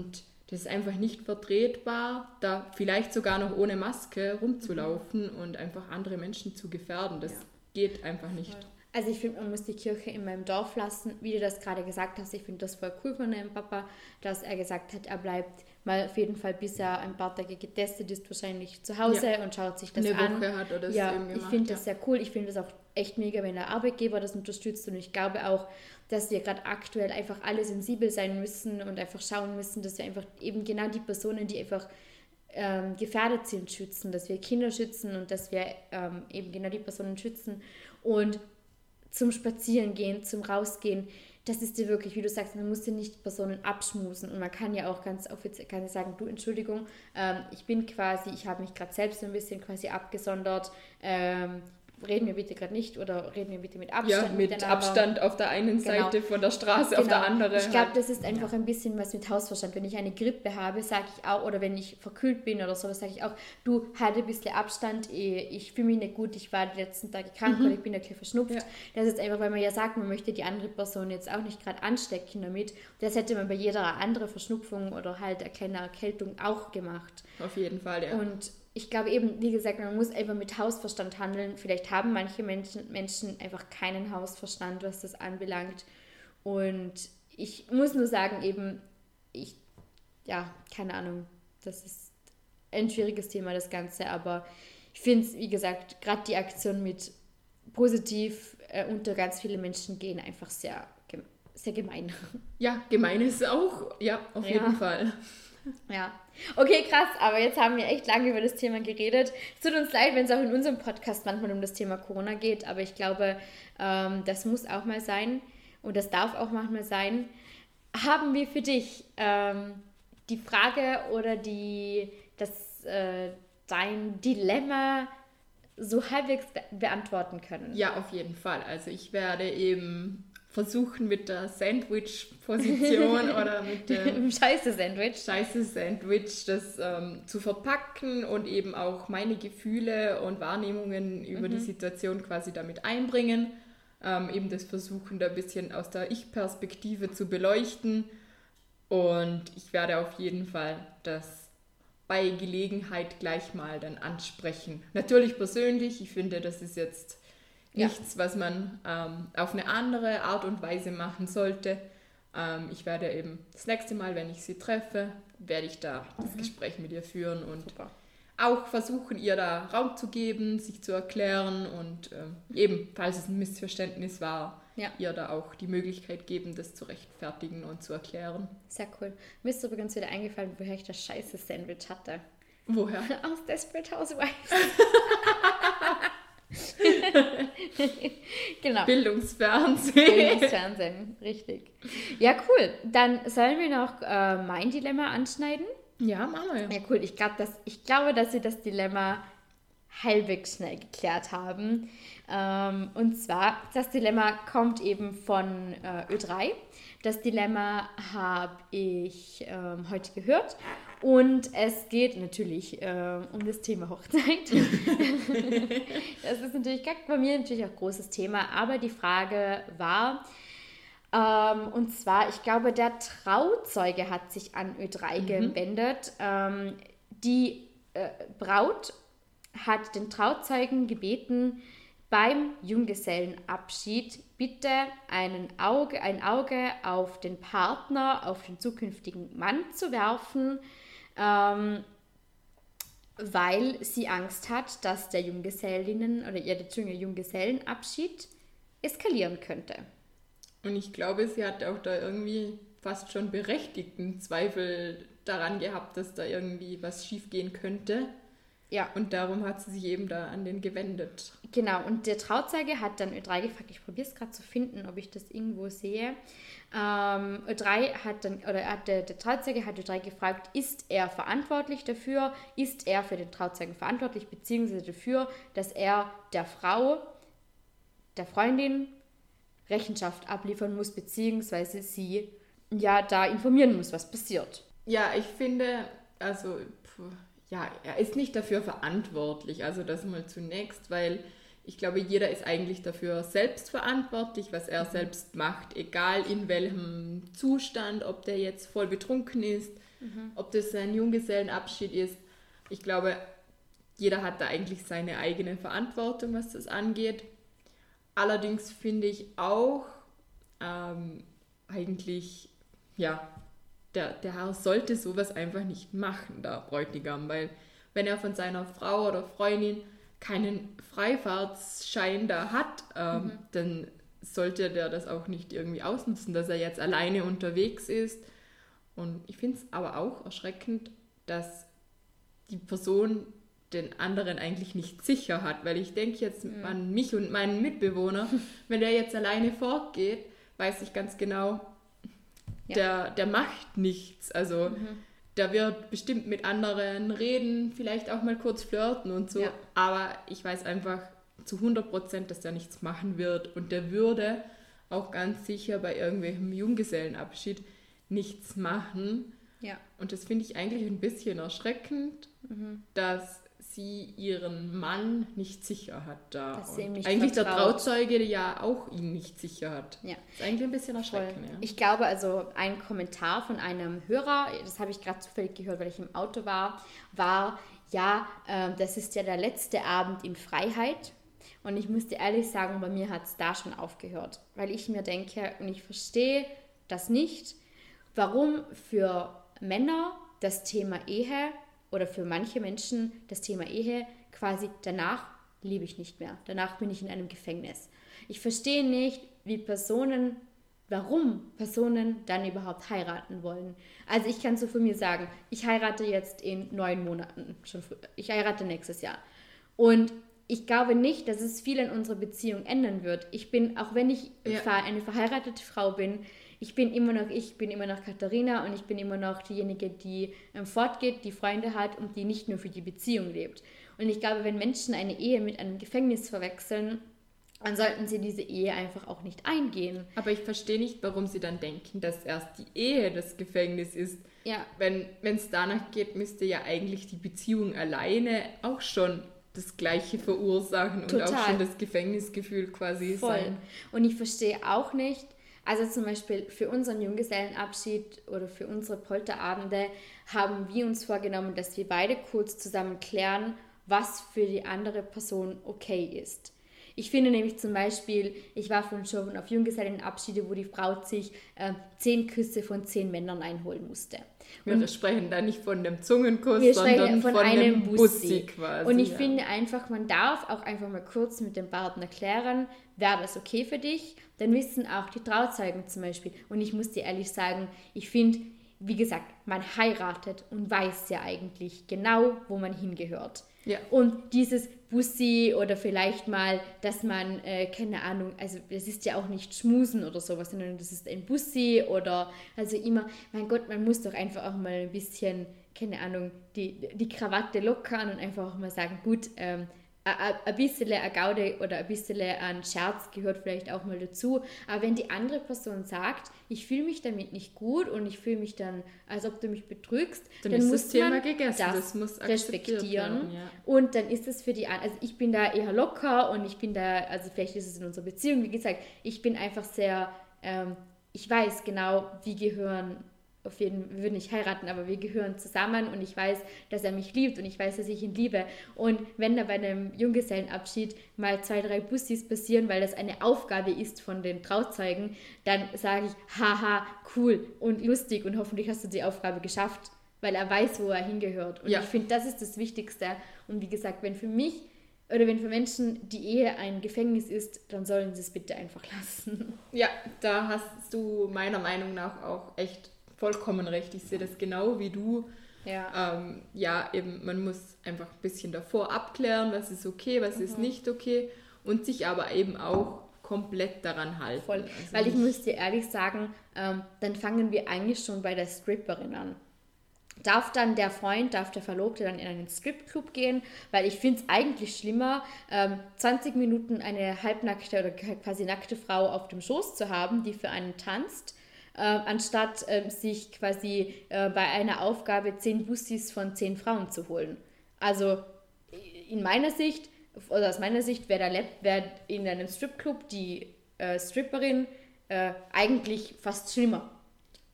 das ist einfach nicht vertretbar, da vielleicht sogar noch ohne Maske rumzulaufen mhm. und einfach andere Menschen zu gefährden. Das ja. geht einfach nicht. Also ich finde, man muss die Kirche in meinem Dorf lassen, wie du das gerade gesagt hast. Ich finde das voll cool von deinem Papa, dass er gesagt hat, er bleibt mal auf jeden Fall, bis er ein paar Tage getestet ist, wahrscheinlich zu Hause ja. und schaut sich das Eine an. Woche hat er das ja, eben gemacht. Ich finde ja. das sehr cool. Ich finde das auch echt mega, wenn der Arbeitgeber das unterstützt. Und ich glaube auch, dass wir gerade aktuell einfach alle sensibel sein müssen und einfach schauen müssen, dass wir einfach eben genau die Personen, die einfach ähm, gefährdet sind, schützen, dass wir Kinder schützen und dass wir ähm, eben genau die Personen schützen. Und zum Spazierengehen, zum Rausgehen, das ist dir wirklich, wie du sagst, man muss ja nicht Personen abschmusen und man kann ja auch ganz offiziell kann sagen, du, Entschuldigung, ähm, ich bin quasi, ich habe mich gerade selbst ein bisschen quasi abgesondert, ähm, reden wir bitte gerade nicht oder reden wir bitte mit Abstand. Ja, mit Abstand auf der einen Seite genau. von der Straße, genau. auf der anderen. Ich glaube, das ist einfach ja. ein bisschen was mit Hausverstand. Wenn ich eine Grippe habe, sage ich auch, oder wenn ich verkühlt bin oder sowas, sage ich auch, du, halte ein bisschen Abstand, ich, ich fühle mich nicht gut, ich war die letzten Tage krank mhm. oder ich bin ein bisschen verschnupft. Ja. Das ist einfach, weil man ja sagt, man möchte die andere Person jetzt auch nicht gerade anstecken damit. Das hätte man bei jeder anderen Verschnupfung oder halt eine kleine Erkältung auch gemacht. Auf jeden Fall, ja. Und ich glaube eben, wie gesagt, man muss einfach mit Hausverstand handeln. Vielleicht haben manche Menschen, Menschen einfach keinen Hausverstand, was das anbelangt. Und ich muss nur sagen, eben, ich, ja, keine Ahnung, das ist ein schwieriges Thema, das Ganze. Aber ich finde es, wie gesagt, gerade die Aktion mit positiv äh, unter ganz viele Menschen gehen, einfach sehr, sehr gemein. Ja, gemein ist auch, ja, auf ja. jeden Fall. Ja, okay, krass, aber jetzt haben wir echt lange über das Thema geredet. Es tut uns leid, wenn es auch in unserem Podcast manchmal um das Thema Corona geht, aber ich glaube, ähm, das muss auch mal sein und das darf auch manchmal sein. Haben wir für dich ähm, die Frage oder die, das, äh, dein Dilemma so halbwegs be- beantworten können? Ja, auf jeden Fall. Also ich werde eben versuchen mit der Sandwich-Position oder mit dem Scheiße-Sandwich Scheiße-Sandwich das ähm, zu verpacken und eben auch meine Gefühle und Wahrnehmungen über mhm. die Situation quasi damit einbringen. Ähm, eben das Versuchen, da ein bisschen aus der Ich-Perspektive zu beleuchten. Und ich werde auf jeden Fall das bei Gelegenheit gleich mal dann ansprechen. Natürlich persönlich, ich finde, das ist jetzt nichts, ja. was man ähm, auf eine andere Art und Weise machen sollte. Ähm, ich werde eben das nächste Mal, wenn ich sie treffe, werde ich da mhm. das Gespräch mit ihr führen und Super. Auch versuchen, ihr da Raum zu geben, sich zu erklären und ähm, eben, falls es ein Missverständnis war, ja. ihr da auch die Möglichkeit geben, das zu rechtfertigen und zu erklären. Sehr cool. Mir ist übrigens wieder eingefallen, woher ich das scheiße Sandwich hatte. Woher? Aus Desperate Housewives. Genau. Bildungsfernsehen. Bildungsfernsehen, richtig. Ja, cool. Dann sollen wir noch äh, mein Dilemma anschneiden? Ja, machen wir. Ja, cool. Ich, glaub, dass, ich glaube, dass wir das Dilemma halbwegs schnell geklärt haben. Ähm, und zwar, das Dilemma kommt eben von äh, Ö drei. Das Dilemma habe ich ähm, heute gehört. Und es geht natürlich äh, um das Thema Hochzeit. Das ist natürlich bei mir natürlich auch ein großes Thema. Aber die Frage war, ähm, und zwar, ich glaube, der Trauzeuge hat sich an Ö drei mhm. gewendet. Ähm, die äh, Braut hat den Trauzeugen gebeten, beim Junggesellenabschied bitte einen Auge, ein Auge auf den Partner, auf den zukünftigen Mann zu werfen, ähm, weil sie Angst hat, dass der Junggesellinnen oder ihr der Junggesellenabschied eskalieren könnte. Und ich glaube, sie hat auch da irgendwie fast schon berechtigten Zweifel daran gehabt, dass da irgendwie was schiefgehen könnte. Ja. Und darum hat sie sich eben da an den gewendet. Genau, und der Trauzeuge hat dann Ö drei gefragt, ich probiere es gerade zu finden, ob ich das irgendwo sehe. Ähm, Ö drei hat dann, oder hat der, der Trauzeuge hat Ö drei gefragt, ist er verantwortlich dafür, ist er für den Trauzeugen verantwortlich, beziehungsweise dafür, dass er der Frau, der Freundin Rechenschaft abliefern muss, beziehungsweise sie ja da informieren muss, was passiert. Ja, ich finde, also... Pff. Ja, er ist nicht dafür verantwortlich, also das mal zunächst, weil ich glaube, jeder ist eigentlich dafür selbst verantwortlich, was er mhm. selbst macht, egal in welchem Zustand, ob der jetzt voll betrunken ist, Mhm. Ob das ein Junggesellenabschied ist, ich glaube, jeder hat da eigentlich seine eigene Verantwortung, was das angeht. Allerdings finde ich auch ähm, eigentlich, ja, der, der Herr sollte sowas einfach nicht machen, der Bräutigam, weil wenn er von seiner Frau oder Freundin keinen Freifahrtsschein da hat, ähm, mhm. dann sollte der das auch nicht irgendwie ausnutzen, dass er jetzt alleine unterwegs ist. Und ich finde es aber auch erschreckend, dass die Person den anderen eigentlich nicht sicher hat, weil ich denke jetzt mhm. an mich und meinen Mitbewohner, wenn der jetzt alleine fortgeht, weiß ich ganz genau, ja. der, der macht nichts, also mhm. der wird bestimmt mit anderen reden, vielleicht auch mal kurz flirten und so, ja. aber ich weiß einfach zu hundert Prozent, dass der nichts machen wird und der würde auch ganz sicher bei irgendwelchem Junggesellenabschied nichts machen. Ja. Und das finde ich eigentlich ein bisschen erschreckend, mhm. dass sie ihren Mann nicht sicher hat da. Dass sie ihm nicht eigentlich vertraut. Der Trauzeuge ja auch ihn nicht sicher hat. Ja. Das ist eigentlich ein bisschen erschreckend. Ja. Ich glaube, also ein Kommentar von einem Hörer, das habe ich gerade zufällig gehört, weil ich im Auto war, war, ja, äh, das ist ja der letzte Abend in Freiheit. Und ich muss dir ehrlich sagen, bei mir hat es da schon aufgehört. Weil ich mir denke, und ich verstehe das nicht, warum für Männer das Thema Ehe oder für manche Menschen das Thema Ehe quasi danach lebe ich nicht mehr. Danach bin ich in einem Gefängnis. Ich verstehe nicht, wie Personen, warum Personen dann überhaupt heiraten wollen. Also ich kann so von mir sagen, ich heirate jetzt in neun Monaten, schon früh, ich heirate nächstes Jahr. Und ich glaube nicht, dass es viel an unserer Beziehung ändern wird. Ich bin, auch wenn ich ja. eine verheiratete Frau bin, ich bin immer noch ich, bin immer noch Katharina und ich bin immer noch diejenige, die ähm, fortgeht, die Freunde hat und die nicht nur für die Beziehung lebt. Und ich glaube, wenn Menschen eine Ehe mit einem Gefängnis verwechseln, dann sollten sie diese Ehe einfach auch nicht eingehen. Aber ich verstehe nicht, warum sie dann denken, dass erst die Ehe das Gefängnis ist. Ja. Wenn es danach geht, müsste ja eigentlich die Beziehung alleine auch schon das Gleiche verursachen Total. Und auch schon das Gefängnisgefühl quasi Voll. Sein. Und ich verstehe auch nicht, also zum Beispiel für unseren Junggesellenabschied oder für unsere Polterabende haben wir uns vorgenommen, dass wir beide kurz zusammen klären, was für die andere Person okay ist. Ich finde nämlich zum Beispiel, ich war von schon auf Junggesellenabschiede, wo die Braut sich äh, zehn Küsse von zehn Männern einholen musste. Und wir sprechen da nicht von einem Zungenkuss, wir sondern von, von einem, einem Bussi. Bussi quasi. Und ich ja. finde einfach, man darf auch einfach mal kurz mit dem Partner klären, wäre das okay für dich? Dann wissen auch die Trauzeugen zum Beispiel. Und ich muss dir ehrlich sagen, ich finde, wie gesagt, man heiratet und weiß ja eigentlich genau, wo man hingehört. Ja. Und dieses Bussi oder vielleicht mal, dass man, äh, keine Ahnung, also das ist ja auch nicht Schmusen oder sowas, sondern das ist ein Bussi oder also immer, mein Gott, man muss doch einfach auch mal ein bisschen, keine Ahnung, die, die Krawatte lockern und einfach auch mal sagen, gut, ähm, ein bisschen eine Gaude oder ein bisschen ein Scherz gehört vielleicht auch mal dazu. Aber wenn die andere Person sagt, ich fühle mich damit nicht gut und ich fühle mich dann, als ob du mich betrügst, dann, dann muss das Thema man gegessen. das, das muss respektieren. Werden, ja. Und dann ist es für die anderen, also ich bin da eher locker und ich bin da, also vielleicht ist es in unserer Beziehung, wie gesagt, ich bin einfach sehr, ähm, ich weiß genau, wie gehören auf jeden Fall, wir würden nicht heiraten, aber wir gehören zusammen und ich weiß, dass er mich liebt und ich weiß, dass ich ihn liebe. Und wenn da bei einem Junggesellenabschied mal zwei, drei Bussis passieren, weil das eine Aufgabe ist von den Trauzeugen, dann sage ich, haha, cool und lustig und hoffentlich hast du die Aufgabe geschafft, weil er weiß, wo er hingehört. Und ja. ich finde, das ist das Wichtigste. Und wie gesagt, wenn für mich oder wenn für Menschen die Ehe ein Gefängnis ist, dann sollen sie es bitte einfach lassen. Ja, da hast du meiner Meinung nach auch echt vollkommen recht. Ich sehe das genau wie du. Ja. Ähm, ja, eben, man muss einfach ein bisschen davor abklären, was ist okay, was mhm. ist nicht okay und sich aber eben auch komplett daran halten. Voll. Also weil ich muss dir ehrlich sagen, ähm, dann fangen wir eigentlich schon bei der Stripperin an. Darf dann der Freund, darf der Verlobte dann in einen Stripclub gehen? Weil ich finde es eigentlich schlimmer, ähm, zwanzig Minuten eine halbnackte oder quasi nackte Frau auf dem Schoß zu haben, die für einen tanzt, Äh, anstatt äh, sich quasi äh, bei einer Aufgabe zehn Bussis von zehn Frauen zu holen. Also in meiner Sicht, oder aus meiner Sicht, wäre wär in einem Stripclub die äh, Stripperin äh, eigentlich fast schlimmer.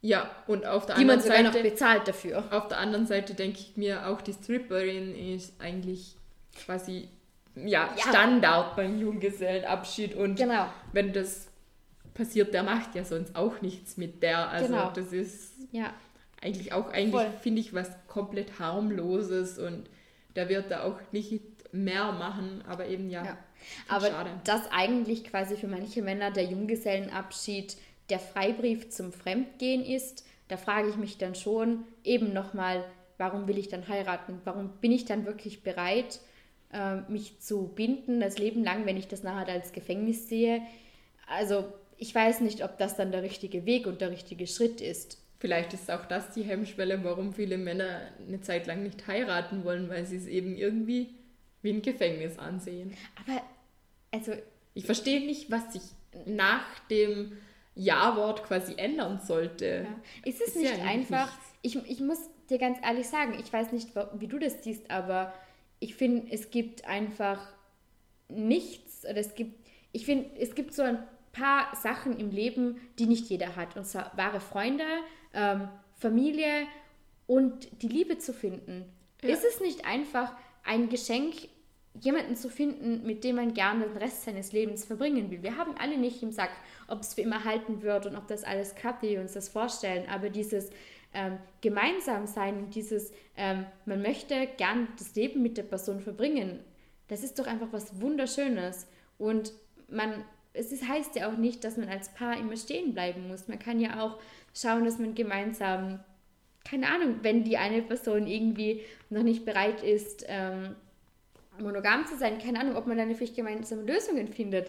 Ja, und auf der die man anderen sogar noch Seite, bezahlt dafür. auf der anderen Seite denke ich mir, auch die Stripperin ist eigentlich quasi ja, Ja. Standard beim Junggesellenabschied. Und Genau. wenn das passiert, der macht ja sonst auch nichts mit der. Also Genau. das ist Ja. eigentlich auch, eigentlich Voll. finde ich, was komplett harmloses und der wird da auch nicht mehr machen, aber eben ja, Ja. Aber schade. dass eigentlich quasi für manche Männer der Junggesellenabschied der Freibrief zum Fremdgehen ist, da frage ich mich dann schon eben nochmal, warum will ich dann heiraten? Warum bin ich dann wirklich bereit, äh, mich zu binden das Leben lang, wenn ich das nachher als Gefängnis sehe? Also ich weiß nicht, ob das dann der richtige Weg und der richtige Schritt ist. Vielleicht ist auch das die Hemmschwelle, warum viele Männer eine Zeit lang nicht heiraten wollen, weil sie es eben irgendwie wie ein Gefängnis ansehen. Aber also Ich verstehe nicht, was sich nach dem Ja-Wort quasi ändern sollte. Ja. Ist es Ist ja nicht eigentlich einfach, ich, ich muss dir ganz ehrlich sagen, ich weiß nicht, wie du das siehst, aber ich finde, es gibt einfach nichts, oder es gibt, ich finde, es gibt so ein paar Sachen im Leben, die nicht jeder hat, und zwar wahre Freunde, ähm, Familie und die Liebe zu finden. Ja. Ist es nicht einfach ein Geschenk, jemanden zu finden, mit dem man gerne den Rest seines Lebens verbringen will? Wir haben alle nicht im Sack, ob es für immer halten wird und ob das alles klappt, wie wir uns das vorstellen, aber dieses ähm, Gemeinsamsein und dieses, ähm, man möchte gern das Leben mit der Person verbringen, das ist doch einfach was Wunderschönes. Und man, es ist, heißt ja auch nicht, dass man als Paar immer stehen bleiben muss. Man kann ja auch schauen, dass man gemeinsam, keine Ahnung, wenn die eine Person irgendwie noch nicht bereit ist, ähm, monogam zu sein, keine Ahnung, ob man dann vielleicht gemeinsame Lösungen findet.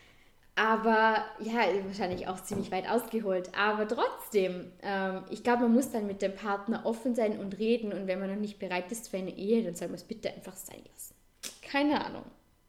Aber, ja, wahrscheinlich auch ziemlich weit ausgeholt. Aber trotzdem, ähm, ich glaube, man muss dann mit dem Partner offen sein und reden. Und wenn man noch nicht bereit ist für eine Ehe, dann soll man es bitte einfach sein lassen. Keine Ahnung.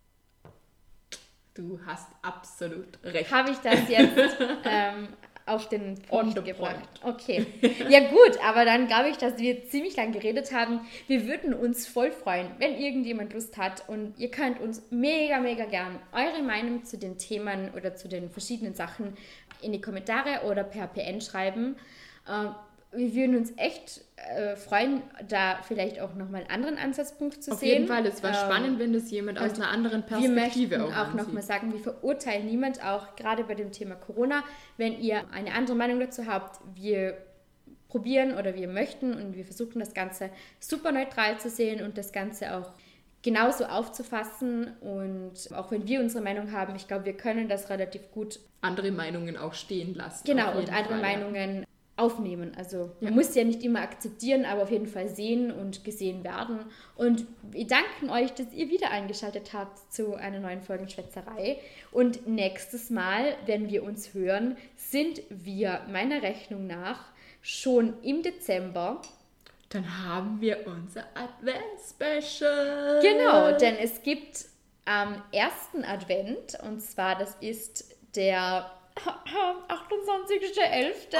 Du hast absolut recht. Habe ich das jetzt ähm, auf den On Punkt the gebracht? point. Okay. Ja gut, aber dann glaube ich, dass wir ziemlich lang geredet haben. Wir würden uns voll freuen, wenn irgendjemand Lust hat, und ihr könnt uns mega, mega gern eure Meinung zu den Themen oder zu den verschiedenen Sachen in die Kommentare oder per P N schreiben. Ähm, wir würden uns echt äh, freuen, da vielleicht auch nochmal einen anderen Ansatzpunkt zu Auf sehen. jeden Fall, es war Ähm, spannend, wenn das jemand aus und einer anderen Wir Perspektive möchten auch auch ansieht. nochmal sagen, wir verurteilen niemand, auch gerade bei dem Thema Corona. Wenn ihr eine andere Meinung dazu habt, wir probieren oder wir möchten und wir versuchen das Ganze super neutral zu sehen und das Ganze auch genauso aufzufassen. Und auch wenn wir unsere Meinung haben, ich glaube, wir können das relativ gut, Andere Meinungen auch stehen lassen. genau, auf und jeden andere Fall, ja. Meinungen aufnehmen. Also man Ja. muss ja nicht immer akzeptieren, aber auf jeden Fall sehen und gesehen werden. Und wir danken euch, dass ihr wieder eingeschaltet habt zu einer neuen Folge Schwätzerei. Und nächstes Mal, wenn wir uns hören, sind wir meiner Rechnung nach schon im Dezember. Dann haben wir unser Advent-Special. Genau, denn es gibt am ersten Advent, und zwar das ist der achtundzwanzigster elfter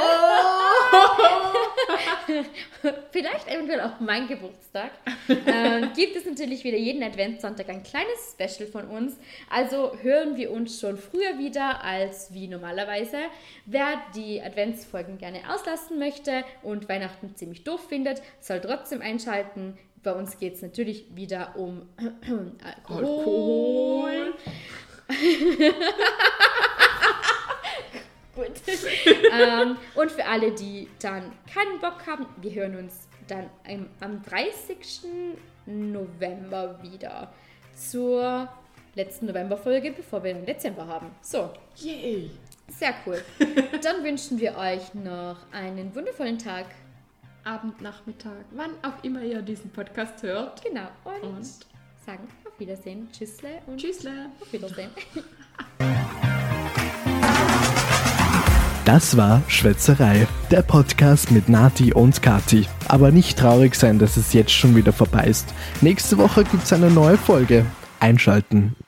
Vielleicht eventuell auch mein Geburtstag. ähm, gibt es natürlich wieder jeden Adventssonntag ein kleines Special von uns. Also hören wir uns schon früher wieder als wie normalerweise. Wer die Adventsfolgen gerne auslassen möchte und Weihnachten ziemlich doof findet, soll trotzdem einschalten. Bei uns geht es natürlich wieder um Alkohol. Alkohol. Gut. ähm, und für alle, die dann keinen Bock haben, wir hören uns dann am, am dreißigsten November wieder zur letzten Novemberfolge, bevor wir den Dezember haben. So, Yay. sehr cool. Dann wünschen wir euch noch einen wundervollen Tag. Abend, Nachmittag, wann auch immer ihr diesen Podcast hört. Genau. Und, Und sagen auf Wiedersehen. Tschüssle und Tschüssle. auf Wiedersehen. Das war Schwätzerei, der Podcast mit Nati und Kathi. Aber nicht traurig sein, dass es jetzt schon wieder vorbei ist. Nächste Woche gibt's eine neue Folge. Einschalten.